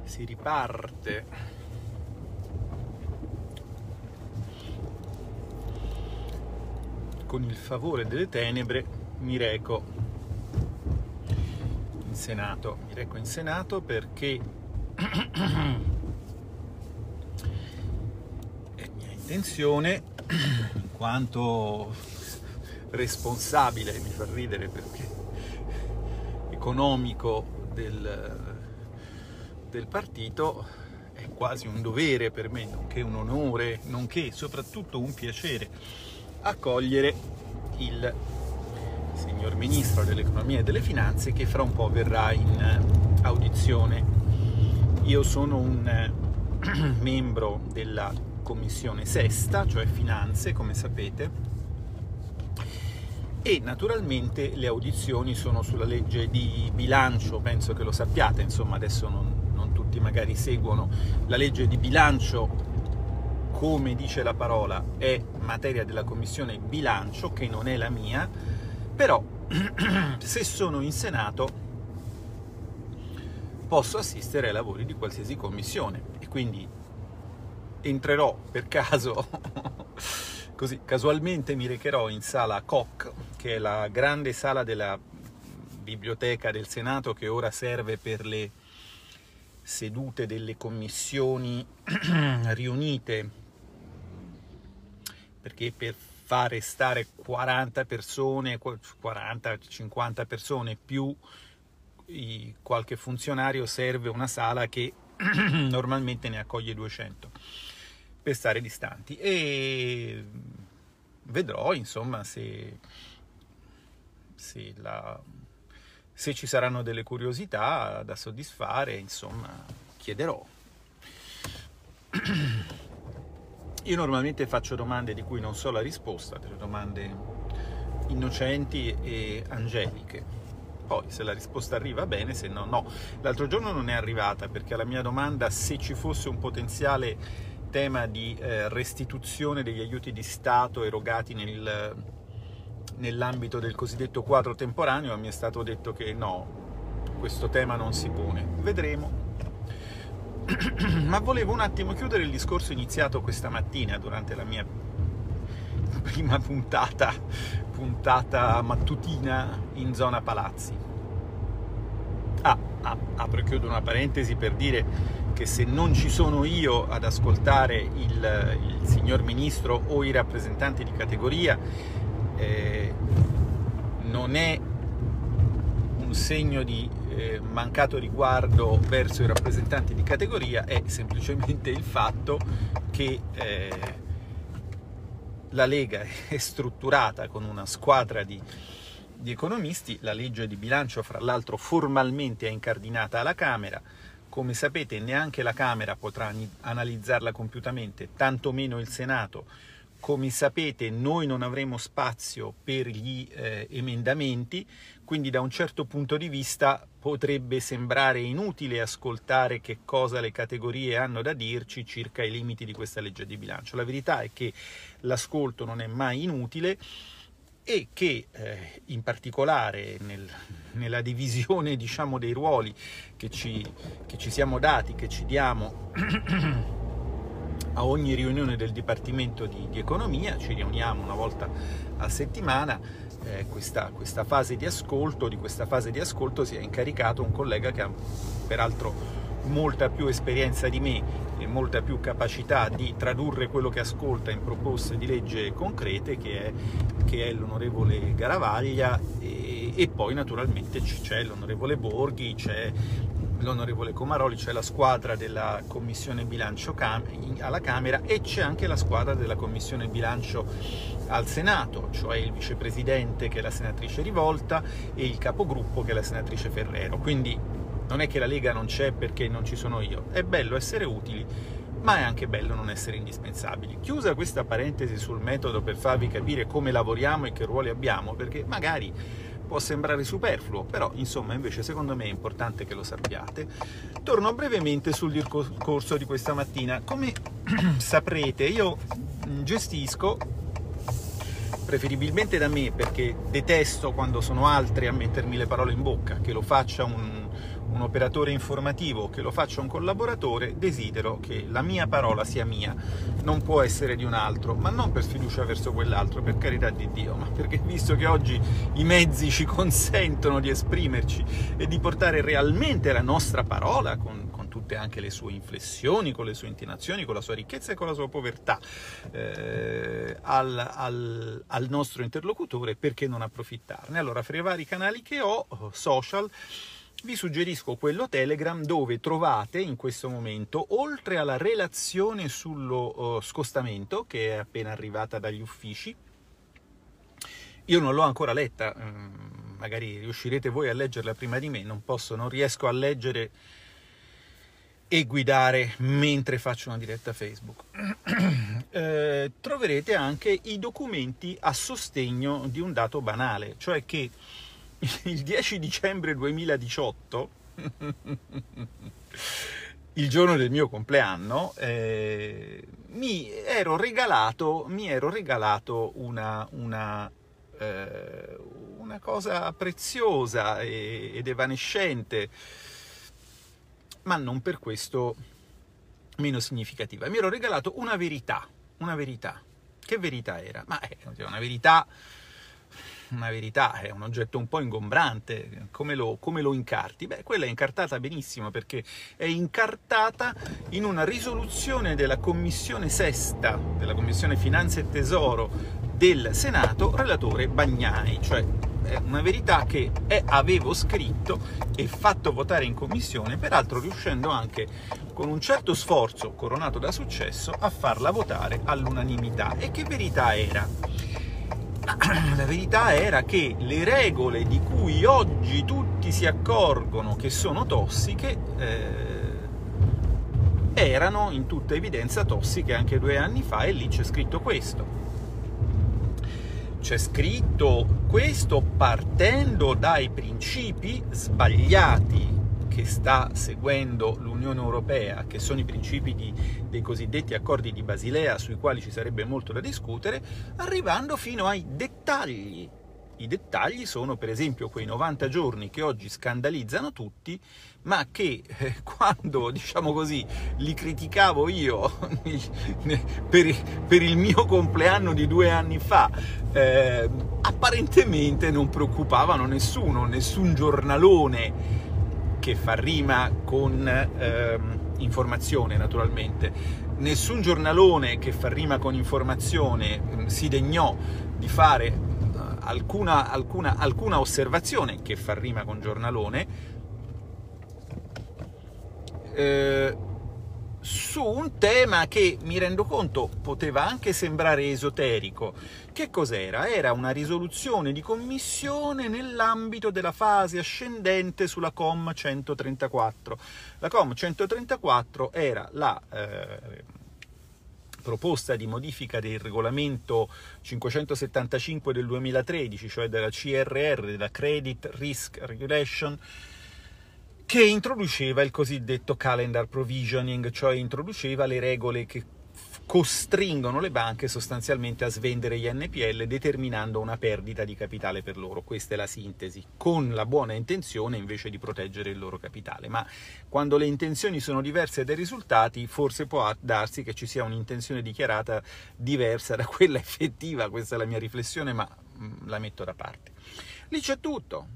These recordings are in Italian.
Si riparte. Con il favore delle tenebre mi reco in Senato. Mi reco in Senato perché è mia intenzione, in quanto responsabile, mi fa ridere perché economico del partito, è quasi un dovere per me, nonché un onore, nonché soprattutto un piacere, accogliere il signor Ministro dell'Economia e delle Finanze, che fra un po' verrà in audizione. Io sono un membro della Commissione Sesta, cioè Finanze, come sapete, e naturalmente le audizioni sono sulla legge di bilancio, penso che lo sappiate, insomma adesso non tutti magari seguono. La legge di bilancio, come dice la parola, è materia della Commissione Bilancio, che non è la mia, però se sono in Senato posso assistere ai lavori di qualsiasi commissione, e quindi entrerò per caso, così casualmente mi recherò in sala Koch, che è la grande sala della biblioteca del Senato, che ora serve per le sedute delle commissioni riunite, perché per fare stare 40 persone, 40-50 persone più qualche funzionario, serve una sala che normalmente ne accoglie 200 per stare distanti, e vedrò insomma se ci saranno delle curiosità da soddisfare, insomma chiederò. Io normalmente faccio domande di cui non so la risposta, delle domande innocenti e angeliche. Poi se la risposta arriva bene, se no no. L'altro giorno non è arrivata, perché alla mia domanda se ci fosse un potenziale tema di restituzione degli aiuti di Stato erogati nell'ambito del cosiddetto quadro temporaneo, mi è stato detto che no, questo tema non si pone. Vedremo. Ma volevo un attimo chiudere il discorso iniziato questa mattina durante la mia prima puntata mattutina in zona Palazzi. Apro e chiudo una parentesi per dire che se non ci sono io ad ascoltare il signor Ministro o i rappresentanti di categoria, non è un segno di mancato riguardo verso i rappresentanti di categoria, è semplicemente il fatto che la Lega è strutturata con una squadra di economisti. La legge di bilancio, fra l'altro, formalmente è incardinata alla Camera. Come sapete, neanche la Camera potrà analizzarla compiutamente, tantomeno il Senato. Come sapete, noi non avremo spazio per gli emendamenti, quindi da un certo punto di vista potrebbe sembrare inutile ascoltare che cosa le categorie hanno da dirci circa i limiti di questa legge di bilancio. La verità è che l'ascolto non è mai inutile e che in particolare nella divisione, diciamo, dei ruoli che ci siamo dati, che ci diamo a ogni riunione del Dipartimento di Economia, ci riuniamo una volta a settimana. Questa fase di ascolto, di questa fase di ascolto si è incaricato un collega che ha peraltro molta più esperienza di me e molta più capacità di tradurre quello che ascolta in proposte di legge concrete, che è l'onorevole Garavaglia, e poi naturalmente c'è l'onorevole Borghi, c'è l'onorevole Comaroli, c'è la squadra della Commissione Bilancio alla Camera, e c'è anche la squadra della Commissione Bilancio al Senato, cioè il vicepresidente, che è la senatrice Rivolta, e il capogruppo, che è la senatrice Ferrero. Quindi non è che la Lega non c'è perché non ci sono io. È bello essere utili, ma è anche bello non essere indispensabili. Chiusa questa parentesi sul metodo per farvi capire come lavoriamo e che ruoli abbiamo, perché magari può sembrare superfluo, però insomma invece secondo me è importante che lo sappiate. Torno brevemente sul discorso di questa mattina. Come saprete, io gestisco, preferibilmente da me, perché detesto quando sono altri a mettermi le parole in bocca, che lo faccia un un operatore informativo, che lo faccia un collaboratore, desidero che la mia parola sia mia, non può essere di un altro, ma non per sfiducia verso quell'altro, per carità di Dio, ma perché visto che oggi i mezzi ci consentono di esprimerci e di portare realmente la nostra parola, con tutte anche le sue inflessioni, con le sue intonazioni, con la sua ricchezza e con la sua povertà, al nostro interlocutore, perché non approfittarne? Allora, fra i vari canali che ho, social, vi suggerisco quello Telegram, dove trovate in questo momento, oltre alla relazione sullo scostamento, che è appena arrivata dagli uffici, io non l'ho ancora letta, magari riuscirete voi a leggerla prima di me, non riesco a leggere e guidare mentre faccio una diretta Facebook. Troverete anche i documenti a sostegno di un dato banale, cioè che il 10 dicembre 2018, il giorno del mio compleanno, mi ero regalato una cosa preziosa ed evanescente, ma non per questo meno significativa. Mi ero regalato una verità. Che verità era? Ma una verità è un oggetto un po' ingombrante. Come lo incarti? Beh, quella è incartata benissimo, perché è incartata in una risoluzione della Commissione Sesta, della Commissione Finanze e Tesoro del Senato, relatore Bagnai, cioè è una verità che avevo scritto e fatto votare in commissione, peraltro riuscendo anche, con un certo sforzo coronato da successo, a farla votare all'unanimità. E che verità era? La verità era che le regole di cui oggi tutti si accorgono che sono tossiche erano in tutta evidenza tossiche anche 2 anni fa, e lì c'è scritto questo. C'è scritto questo partendo dai principi sbagliati che sta seguendo l'Unione Europea, che sono i principi dei cosiddetti accordi di Basilea, sui quali ci sarebbe molto da discutere, arrivando fino ai dettagli. I dettagli sono, per esempio, quei 90 giorni che oggi scandalizzano tutti, ma che quando, diciamo così, li criticavo io per il mio compleanno di 2 anni fa, apparentemente non preoccupavano nessun giornalone che fa rima con informazione, naturalmente. Nessun giornalone che fa rima con informazione si degnò di fare alcuna osservazione che fa rima con giornalone su un tema che, mi rendo conto, poteva anche sembrare esoterico. Che cos'era? Era una risoluzione di commissione nell'ambito della fase ascendente sulla COM 134. La COM 134 era la proposta di modifica del regolamento 575 del 2013, cioè della CRR, della Credit Risk Regulation, che introduceva il cosiddetto calendar provisioning, cioè introduceva le regole che costringono le banche sostanzialmente a svendere gli NPL, determinando una perdita di capitale per loro. Questa è la sintesi, con la buona intenzione invece di proteggere il loro capitale. Ma quando le intenzioni sono diverse dai risultati, forse può darsi che ci sia un'intenzione dichiarata diversa da quella effettiva. Questa è la mia riflessione, ma la metto da parte. Lì c'è tutto.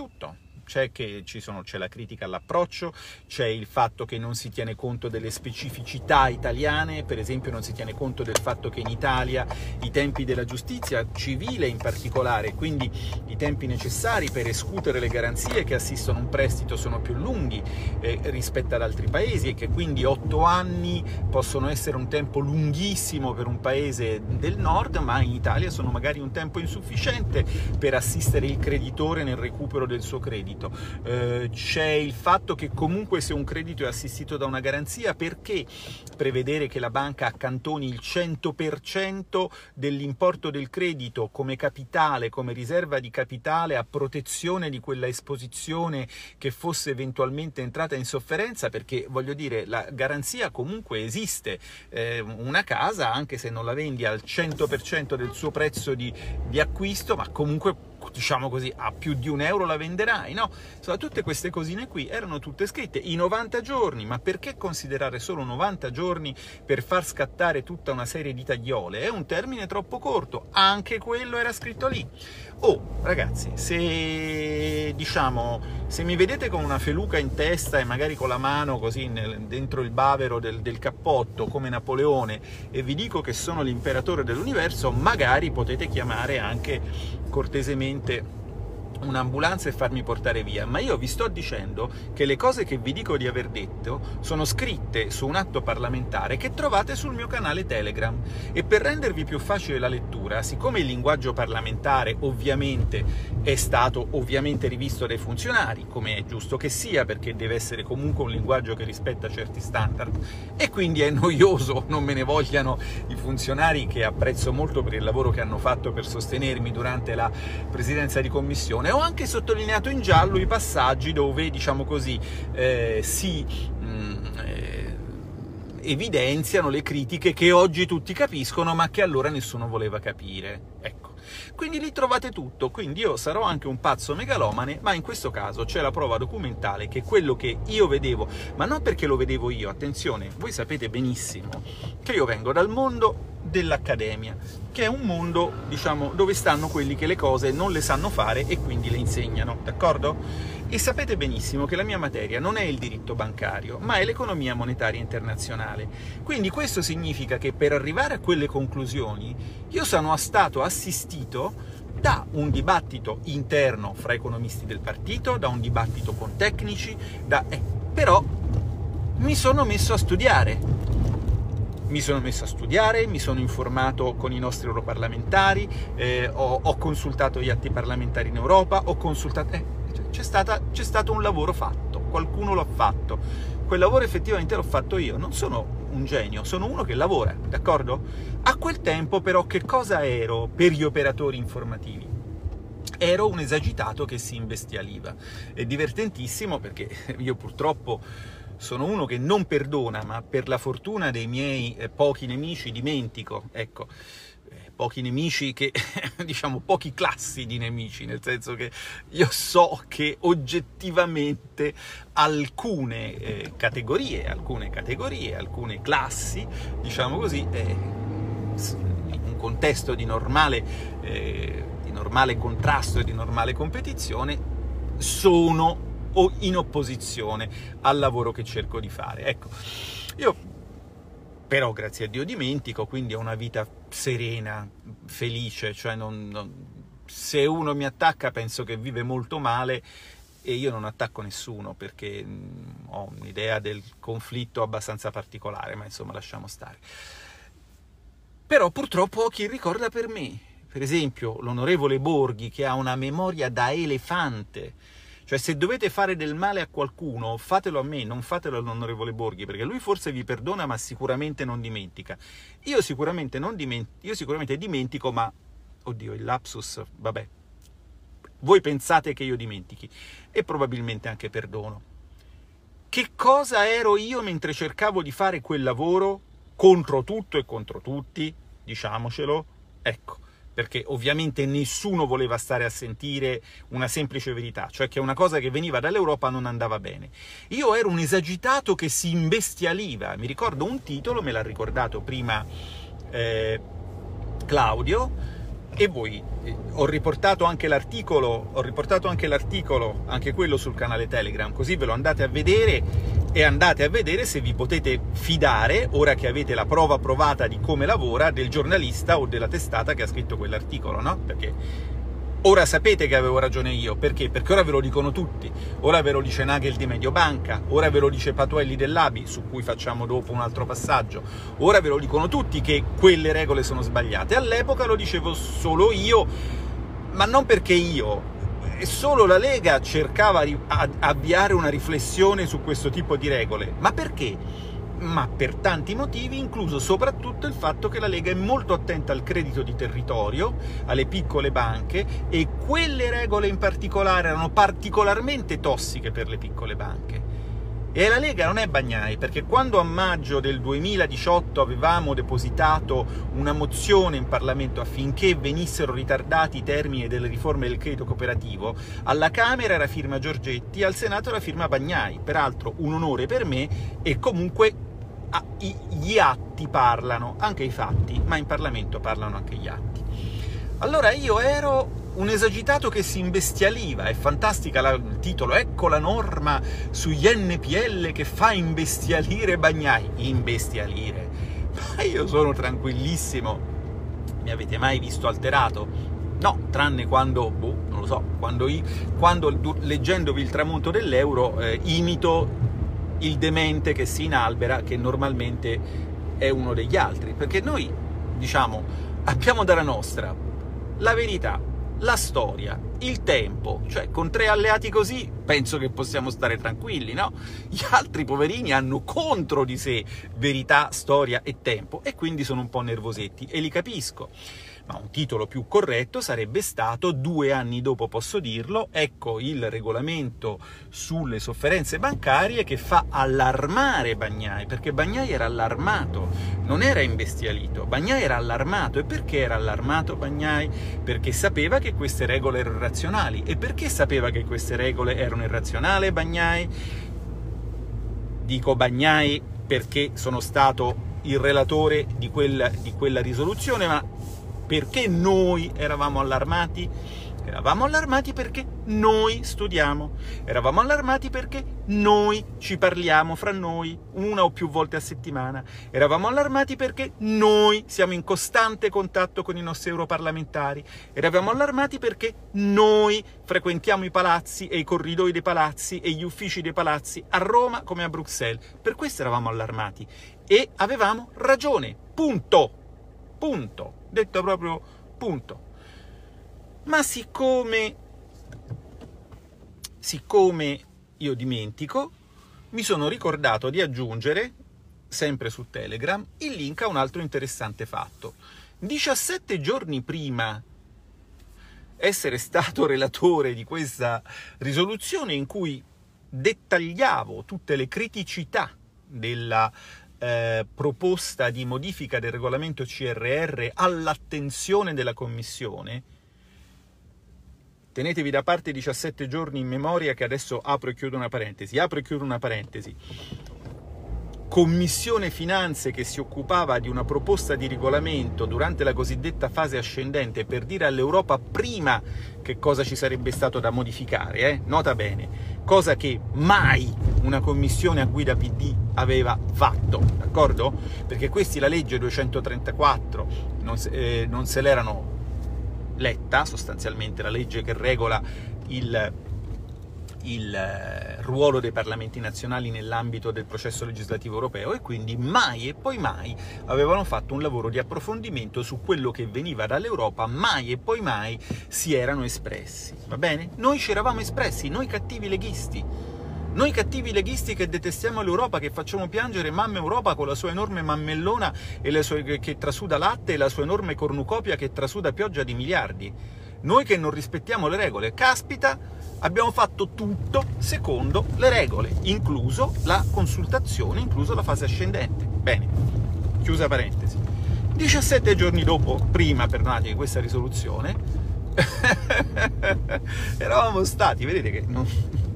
C'è la critica all'approccio, c'è il fatto che non si tiene conto delle specificità italiane, per esempio non si tiene conto del fatto che in Italia i tempi della giustizia civile in particolare, quindi i tempi necessari per escutere le garanzie che assistono un prestito, sono più lunghi rispetto ad altri paesi, e che quindi 8 anni possono essere un tempo lunghissimo per un paese del nord, ma in Italia sono magari un tempo insufficiente per assistere il creditore nel recupero del suo credito. C'è il fatto che comunque, se un credito è assistito da una garanzia, perché prevedere che la banca accantoni il 100% dell'importo del credito come capitale, come riserva di capitale, a protezione di quella esposizione che fosse eventualmente entrata in sofferenza? Perché, voglio dire, la garanzia comunque esiste. Una casa, anche se non la vendi al 100% del suo prezzo di acquisto, ma comunque diciamo così, a più di €1 la venderai, no? Insomma, tutte queste cosine qui erano tutte scritte, i 90 giorni, ma perché considerare solo 90 giorni per far scattare tutta una serie di tagliole? È un termine troppo corto, anche quello era scritto lì. Oh, ragazzi, se mi vedete con una feluca in testa e magari con la mano così dentro il bavero del cappotto come Napoleone e vi dico che sono l'imperatore dell'universo, magari potete chiamare anche cortesemente un'ambulanza e farmi portare via, ma io vi sto dicendo che le cose che vi dico di aver detto sono scritte su un atto parlamentare che trovate sul mio canale Telegram, e per rendervi più facile la lettura, siccome il linguaggio parlamentare ovviamente è stato rivisto dai funzionari, come è giusto che sia, perché deve essere comunque un linguaggio che rispetta certi standard, e quindi è noioso, non me ne vogliano i funzionari che apprezzo molto per il lavoro che hanno fatto per sostenermi durante la presidenza di commissione. Ho anche sottolineato in giallo i passaggi dove, diciamo così, si evidenziano le critiche che oggi tutti capiscono, ma che allora nessuno voleva capire. Ecco. Quindi lì trovate tutto, quindi io sarò anche un pazzo megalomane, ma in questo caso c'è la prova documentale che quello che io vedevo, ma non perché lo vedevo io, attenzione, voi sapete benissimo che io vengo dal mondo dell'accademia, che è un mondo, diciamo, dove stanno quelli che le cose non le sanno fare e quindi le insegnano, d'accordo? E sapete benissimo che la mia materia non è il diritto bancario, ma è l'economia monetaria internazionale. Quindi questo significa che per arrivare a quelle conclusioni io sono stato assistito da un dibattito interno fra economisti del partito, da un dibattito con tecnici, però mi sono messo a studiare. Mi sono informato con i nostri europarlamentari, ho consultato gli atti parlamentari in Europa, ho consultato... C'è stato un lavoro fatto, qualcuno l'ha fatto. Quel lavoro effettivamente l'ho fatto io, non sono un genio, sono uno che lavora, d'accordo? A quel tempo però che cosa ero per gli operatori informativi? Ero un esagitato che si imbestialiva. È divertentissimo perché io purtroppo sono uno che non perdona, ma per la fortuna dei miei pochi nemici dimentico, ecco. Pochi nemici che, diciamo, pochi classi di nemici, nel senso che io so che oggettivamente alcune categorie, alcune classi, diciamo così, in un contesto di normale contrasto e di normale competizione, sono o in opposizione al lavoro che cerco di fare. Ecco, io però grazie a Dio dimentico, quindi ho una vita serena, felice, cioè se uno mi attacca penso che vive molto male, e io non attacco nessuno perché ho un'idea del conflitto abbastanza particolare, ma insomma lasciamo stare. Però purtroppo ho chi ricorda per me, per esempio l'onorevole Borghi, che ha una memoria da elefante. Cioè, se dovete fare del male a qualcuno, fatelo a me, non fatelo all'onorevole Borghi, perché lui forse vi perdona, ma sicuramente non dimentica. Io sicuramente dimentico, ma, oddio, il lapsus, vabbè. Voi pensate che io dimentichi, e probabilmente anche perdono. Che cosa ero io mentre cercavo di fare quel lavoro contro tutto e contro tutti? Diciamocelo, ecco. Perché ovviamente nessuno voleva stare a sentire una semplice verità, cioè che una cosa che veniva dall'Europa non andava bene. Io ero un esagitato che si imbestialiva. Mi ricordo un titolo, me l'ha ricordato prima Claudio, e voi, ho riportato anche l'articolo, anche quello sul canale Telegram, così ve lo andate a vedere, e andate a vedere se vi potete fidare, ora che avete la prova provata di come lavora, del giornalista o della testata che ha scritto quell'articolo, no? Perché ora sapete che avevo ragione io, perché? Perché ora ve lo dicono tutti, ora ve lo dice Nagel di Mediobanca, ora ve lo dice Patuelli dell'ABI, su cui facciamo dopo un altro passaggio, ora ve lo dicono tutti che quelle regole sono sbagliate. All'epoca lo dicevo solo io, ma non perché io, solo la Lega cercava di avviare una riflessione su questo tipo di regole. Ma perché? Ma per tanti motivi, incluso soprattutto il fatto che la Lega è molto attenta al credito di territorio, alle piccole banche, e quelle regole in particolare erano particolarmente tossiche per le piccole banche. E la Lega non è Bagnai, perché quando a maggio del 2018 avevamo depositato una mozione in Parlamento affinché venissero ritardati i termini delle riforme del credito cooperativo, alla Camera era firma Giorgetti, al Senato era firma Bagnai. Peraltro un onore per me, e comunque gli atti parlano, anche i fatti, ma in Parlamento parlano anche gli atti. Allora io ero un esagitato che si imbestialiva. È fantastica il titolo, ecco la norma sugli NPL che fa imbestialire Bagnai. Imbestialire? Ma io sono tranquillissimo. Mi avete mai visto alterato? No, tranne quando, non lo so, quando leggendovi il tramonto dell'euro imito il demente che si inalbera, che normalmente è uno degli altri, perché noi, diciamo, abbiamo dalla nostra la verità, la storia, il tempo, cioè con 3 alleati così penso che possiamo stare tranquilli, no? Gli altri poverini hanno contro di sé verità, storia e tempo, e quindi sono un po' nervosetti, e li capisco. Ma un titolo più corretto sarebbe stato, 2 anni dopo posso dirlo, ecco il regolamento sulle sofferenze bancarie che fa allarmare Bagnai, perché Bagnai era allarmato, non era imbestialito, Bagnai era allarmato. E perché era allarmato Bagnai? Perché sapeva che queste regole erano irrazionali. E perché sapeva che queste regole erano irrazionali Bagnai? Dico Bagnai perché sono stato il relatore di quella risoluzione, ma perché noi eravamo allarmati? Eravamo allarmati perché noi studiamo, eravamo allarmati perché noi ci parliamo fra noi 1 o più volte a settimana, eravamo allarmati perché noi siamo in costante contatto con i nostri europarlamentari, eravamo allarmati perché noi frequentiamo i palazzi e i corridoi dei palazzi e gli uffici dei palazzi a Roma come a Bruxelles. Per questo eravamo allarmati e avevamo ragione, punto. Punto. Detto proprio punto. Ma siccome io dimentico, mi sono ricordato di aggiungere, sempre su Telegram, il link a un altro interessante fatto. 17 giorni prima essere stato relatore di questa risoluzione, in cui dettagliavo tutte le criticità della proposta di modifica del regolamento CRR all'attenzione della Commissione, tenetevi da parte 17 giorni in memoria, che adesso apro e chiudo una parentesi, Commissione Finanze che si occupava di una proposta di regolamento durante la cosiddetta fase ascendente per dire all'Europa prima che cosa ci sarebbe stato da modificare, nota bene, cosa che mai una commissione a guida PD aveva fatto, d'accordo? Perché questi la legge 234 non se l'erano letta, sostanzialmente la legge che regola il ruolo dei parlamenti nazionali nell'ambito del processo legislativo europeo, e quindi mai e poi mai avevano fatto un lavoro di approfondimento su quello che veniva dall'Europa, mai e poi mai si erano espressi, va bene? Noi ci eravamo espressi, noi cattivi leghisti che detestiamo l'Europa, che facciamo piangere mamma Europa con la sua enorme mammellona e che trasuda latte, e la sua enorme cornucopia che trasuda pioggia di miliardi. Noi che non rispettiamo le regole, caspita, abbiamo fatto tutto secondo le regole, incluso la consultazione, incluso la fase ascendente. Bene, chiusa parentesi. 17 giorni dopo, perdonate, di questa risoluzione, eravamo stati, vedete che non...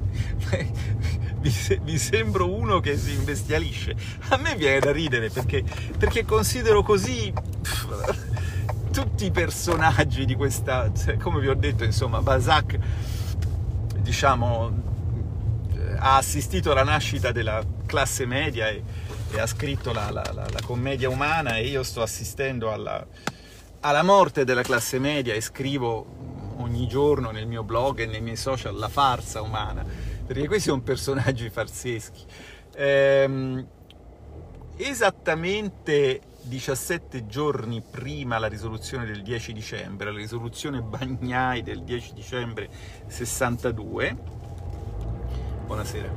vi sembro uno che si imbestialisce. A me viene da ridere perché considero così tutti i personaggi di questa, come vi ho detto, insomma, Balzac, diciamo, ha assistito alla nascita della classe media e ha scritto la commedia umana, e io sto assistendo alla morte della classe media e scrivo ogni giorno nel mio blog e nei miei social la farsa umana, perché questi sono personaggi farseschi. Esattamente 17 giorni prima la risoluzione del 10 dicembre, la risoluzione Bagnai del 10 dicembre 62, buonasera,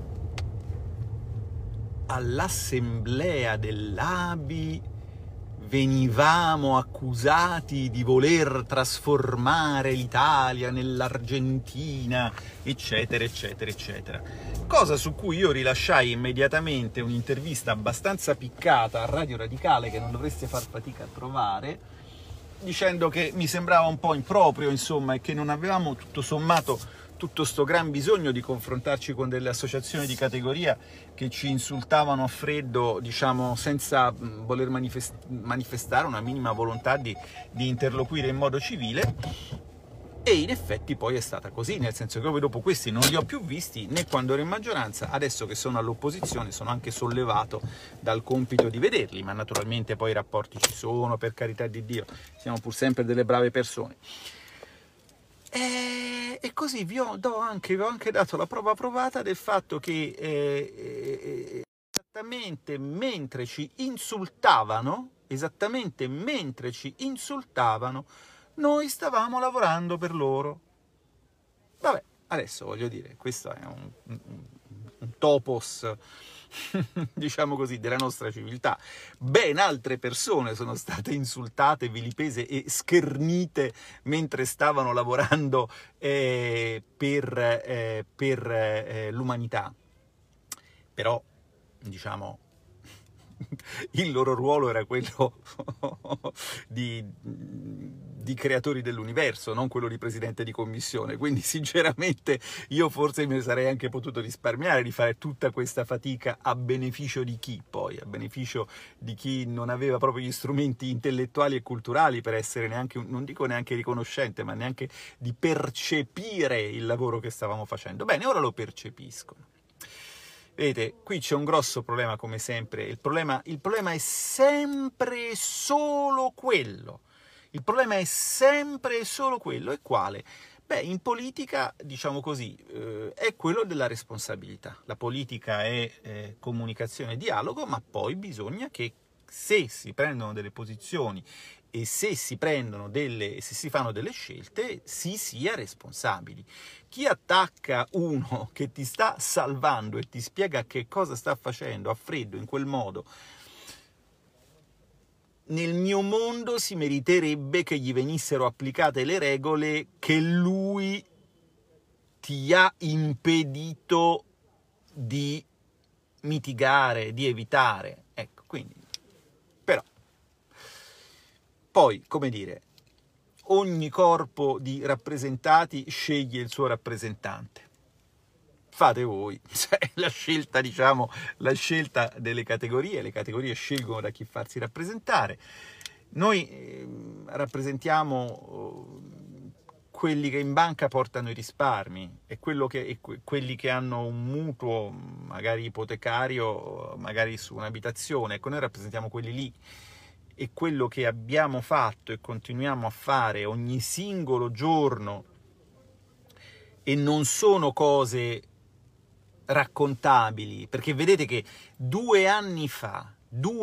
all'assemblea dell'ABI venivamo accusati di voler trasformare l'Italia nell'Argentina, eccetera, eccetera, eccetera. Cosa su cui io rilasciai immediatamente un'intervista abbastanza piccata a Radio Radicale, che non dovreste far fatica a trovare, dicendo che mi sembrava un po' improprio, insomma, e che non avevamo tutto sommato tutto sto gran bisogno di confrontarci con delle associazioni di categoria che ci insultavano a freddo, diciamo, senza voler manifestare una minima volontà di interloquire in modo civile. E in effetti poi è stata così, nel senso che poi dopo questi non li ho più visti né quando ero in maggioranza. Adesso che sono all'opposizione sono anche sollevato dal compito di vederli, ma naturalmente poi i rapporti ci sono, per carità di Dio, siamo pur sempre delle brave persone. E così vi ho anche dato la prova provata del fatto che esattamente mentre ci insultavano, noi stavamo lavorando per loro. Vabbè, adesso voglio dire, questo è un topos, diciamo così, della nostra civiltà. Ben altre persone sono state insultate, vilipese e schernite mentre stavano lavorando per l'umanità. Però, diciamo, il loro ruolo era quello di creatori dell'universo, non quello di presidente di commissione, quindi sinceramente io forse mi sarei anche potuto risparmiare di fare tutta questa fatica a beneficio di chi poi? A beneficio di chi non aveva proprio gli strumenti intellettuali e culturali per essere neanche, non dico neanche riconoscente, ma neanche di percepire il lavoro che stavamo facendo. Bene, ora lo percepiscono. Vedete, qui c'è un grosso problema come sempre, il problema è sempre solo quello. Il problema è sempre solo quello. E quale? Beh, in politica, diciamo così, è quello della responsabilità. La politica è comunicazione e dialogo, ma poi bisogna che se si prendono delle posizioni e se si fanno delle scelte, si sia responsabili. Chi attacca uno che ti sta salvando e ti spiega che cosa sta facendo a freddo in quel modo, nel mio mondo si meriterebbe che gli venissero applicate le regole che lui ti ha impedito di mitigare, di evitare. Ecco, quindi, però, poi, come dire, ogni corpo di rappresentati sceglie il suo rappresentante. Fate voi, cioè, la scelta delle categorie, le categorie scelgono da chi farsi rappresentare. Noi rappresentiamo quelli che in banca portano i risparmi e quelli che hanno un mutuo, magari ipotecario, magari su un'abitazione. Ecco, noi rappresentiamo quelli lì. E quello che abbiamo fatto e continuiamo a fare ogni singolo giorno, e non sono cose raccontabili, perché vedete che 2 anni fa,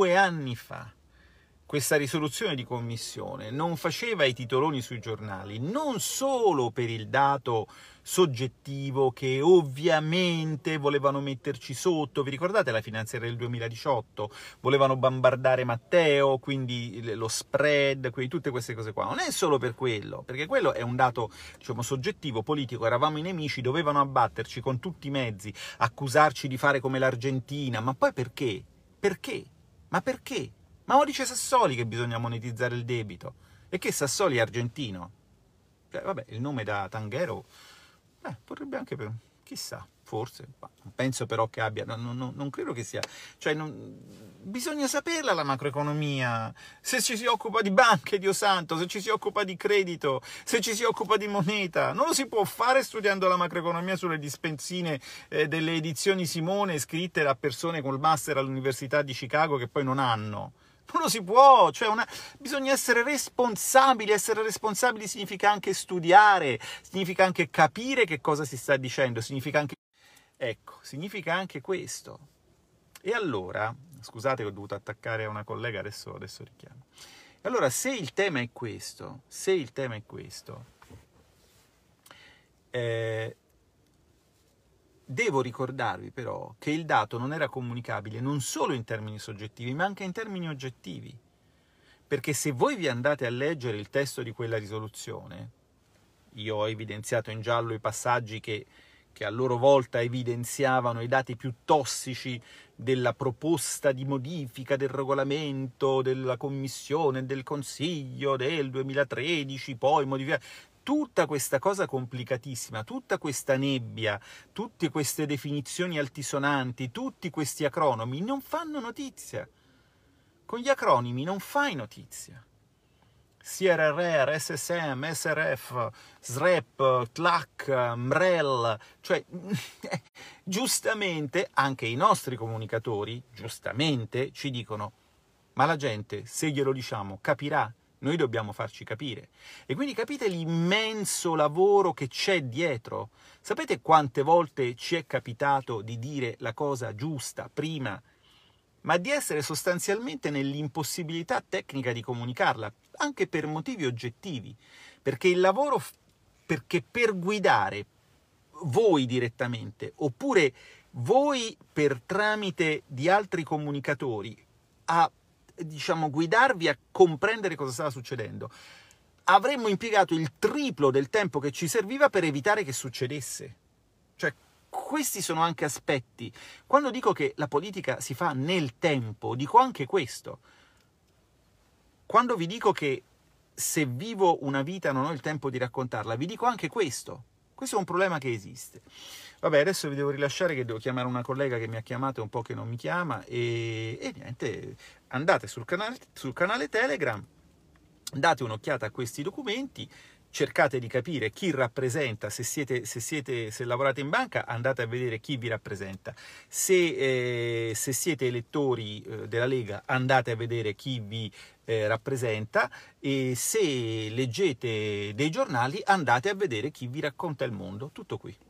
questa risoluzione di commissione non faceva i titoloni sui giornali, non solo per il dato soggettivo che ovviamente volevano metterci sotto. Vi ricordate la finanziaria del 2018? Volevano bombardare Matteo, quindi lo spread, quindi tutte queste cose qua. Non è solo per quello, perché quello è un dato, diciamo, soggettivo, politico. Eravamo i nemici, dovevano abbatterci con tutti i mezzi, accusarci di fare come l'Argentina. Ma poi perché? Perché? Ma perché? Ma lo dice Sassoli che bisogna monetizzare il debito. E che Sassoli è argentino. Cioè, vabbè, il nome da Tanghero, potrebbe anche, chissà, forse. Non penso però che abbia, non credo che sia. Cioè, bisogna saperla la macroeconomia. Se ci si occupa di banche, Dio santo, se ci si occupa di credito, se ci si occupa di moneta. Non lo si può fare studiando la macroeconomia sulle dispensine delle edizioni Simone scritte da persone col master all'Università di Chicago che poi non hanno. Non lo si può, cioè bisogna essere responsabili significa anche studiare, significa anche capire che cosa si sta dicendo, significa anche questo. E allora, scusate che ho dovuto attaccare a una collega, adesso richiamo. E allora, se il tema è questo, devo ricordarvi però che il dato non era comunicabile non solo in termini soggettivi, ma anche in termini oggettivi. Perché se voi vi andate a leggere il testo di quella risoluzione, io ho evidenziato in giallo i passaggi che a loro volta evidenziavano i dati più tossici della proposta di modifica del regolamento della Commissione, del Consiglio del 2013, poi modificata. Tutta questa cosa complicatissima, tutta questa nebbia, tutte queste definizioni altisonanti, tutti questi acronimi non fanno notizia. Con gli acronimi non fai notizia. CRR, SSM, SRF, SREP, TLAC, MREL, cioè giustamente anche i nostri comunicatori, giustamente, ci dicono ma la gente, se glielo diciamo, capirà, noi dobbiamo farci capire. E quindi capite l'immenso lavoro che c'è dietro? Sapete quante volte ci è capitato di dire la cosa giusta prima, ma di essere sostanzialmente nell'impossibilità tecnica di comunicarla, anche per motivi oggettivi, perché il lavoro, perché per guidare voi direttamente, oppure voi per tramite di altri comunicatori, a diciamo guidarvi a comprendere cosa stava succedendo, avremmo impiegato il triplo del tempo che ci serviva per evitare che succedesse. Cioè, questi sono anche aspetti. Quando dico che la politica si fa nel tempo, dico anche questo. Quando vi dico che se vivo una vita non ho il tempo di raccontarla, vi dico anche questo. Questo è un problema che esiste. Vabbè, adesso vi devo rilasciare che devo chiamare una collega che mi ha chiamato, è un po' che non mi chiama, e niente, andate sul canale Telegram, date un'occhiata a questi documenti, cercate di capire chi rappresenta, se lavorate in banca andate a vedere chi vi rappresenta, se siete elettori della Lega andate a vedere chi vi rappresenta, e se leggete dei giornali andate a vedere chi vi racconta il mondo. Tutto qui.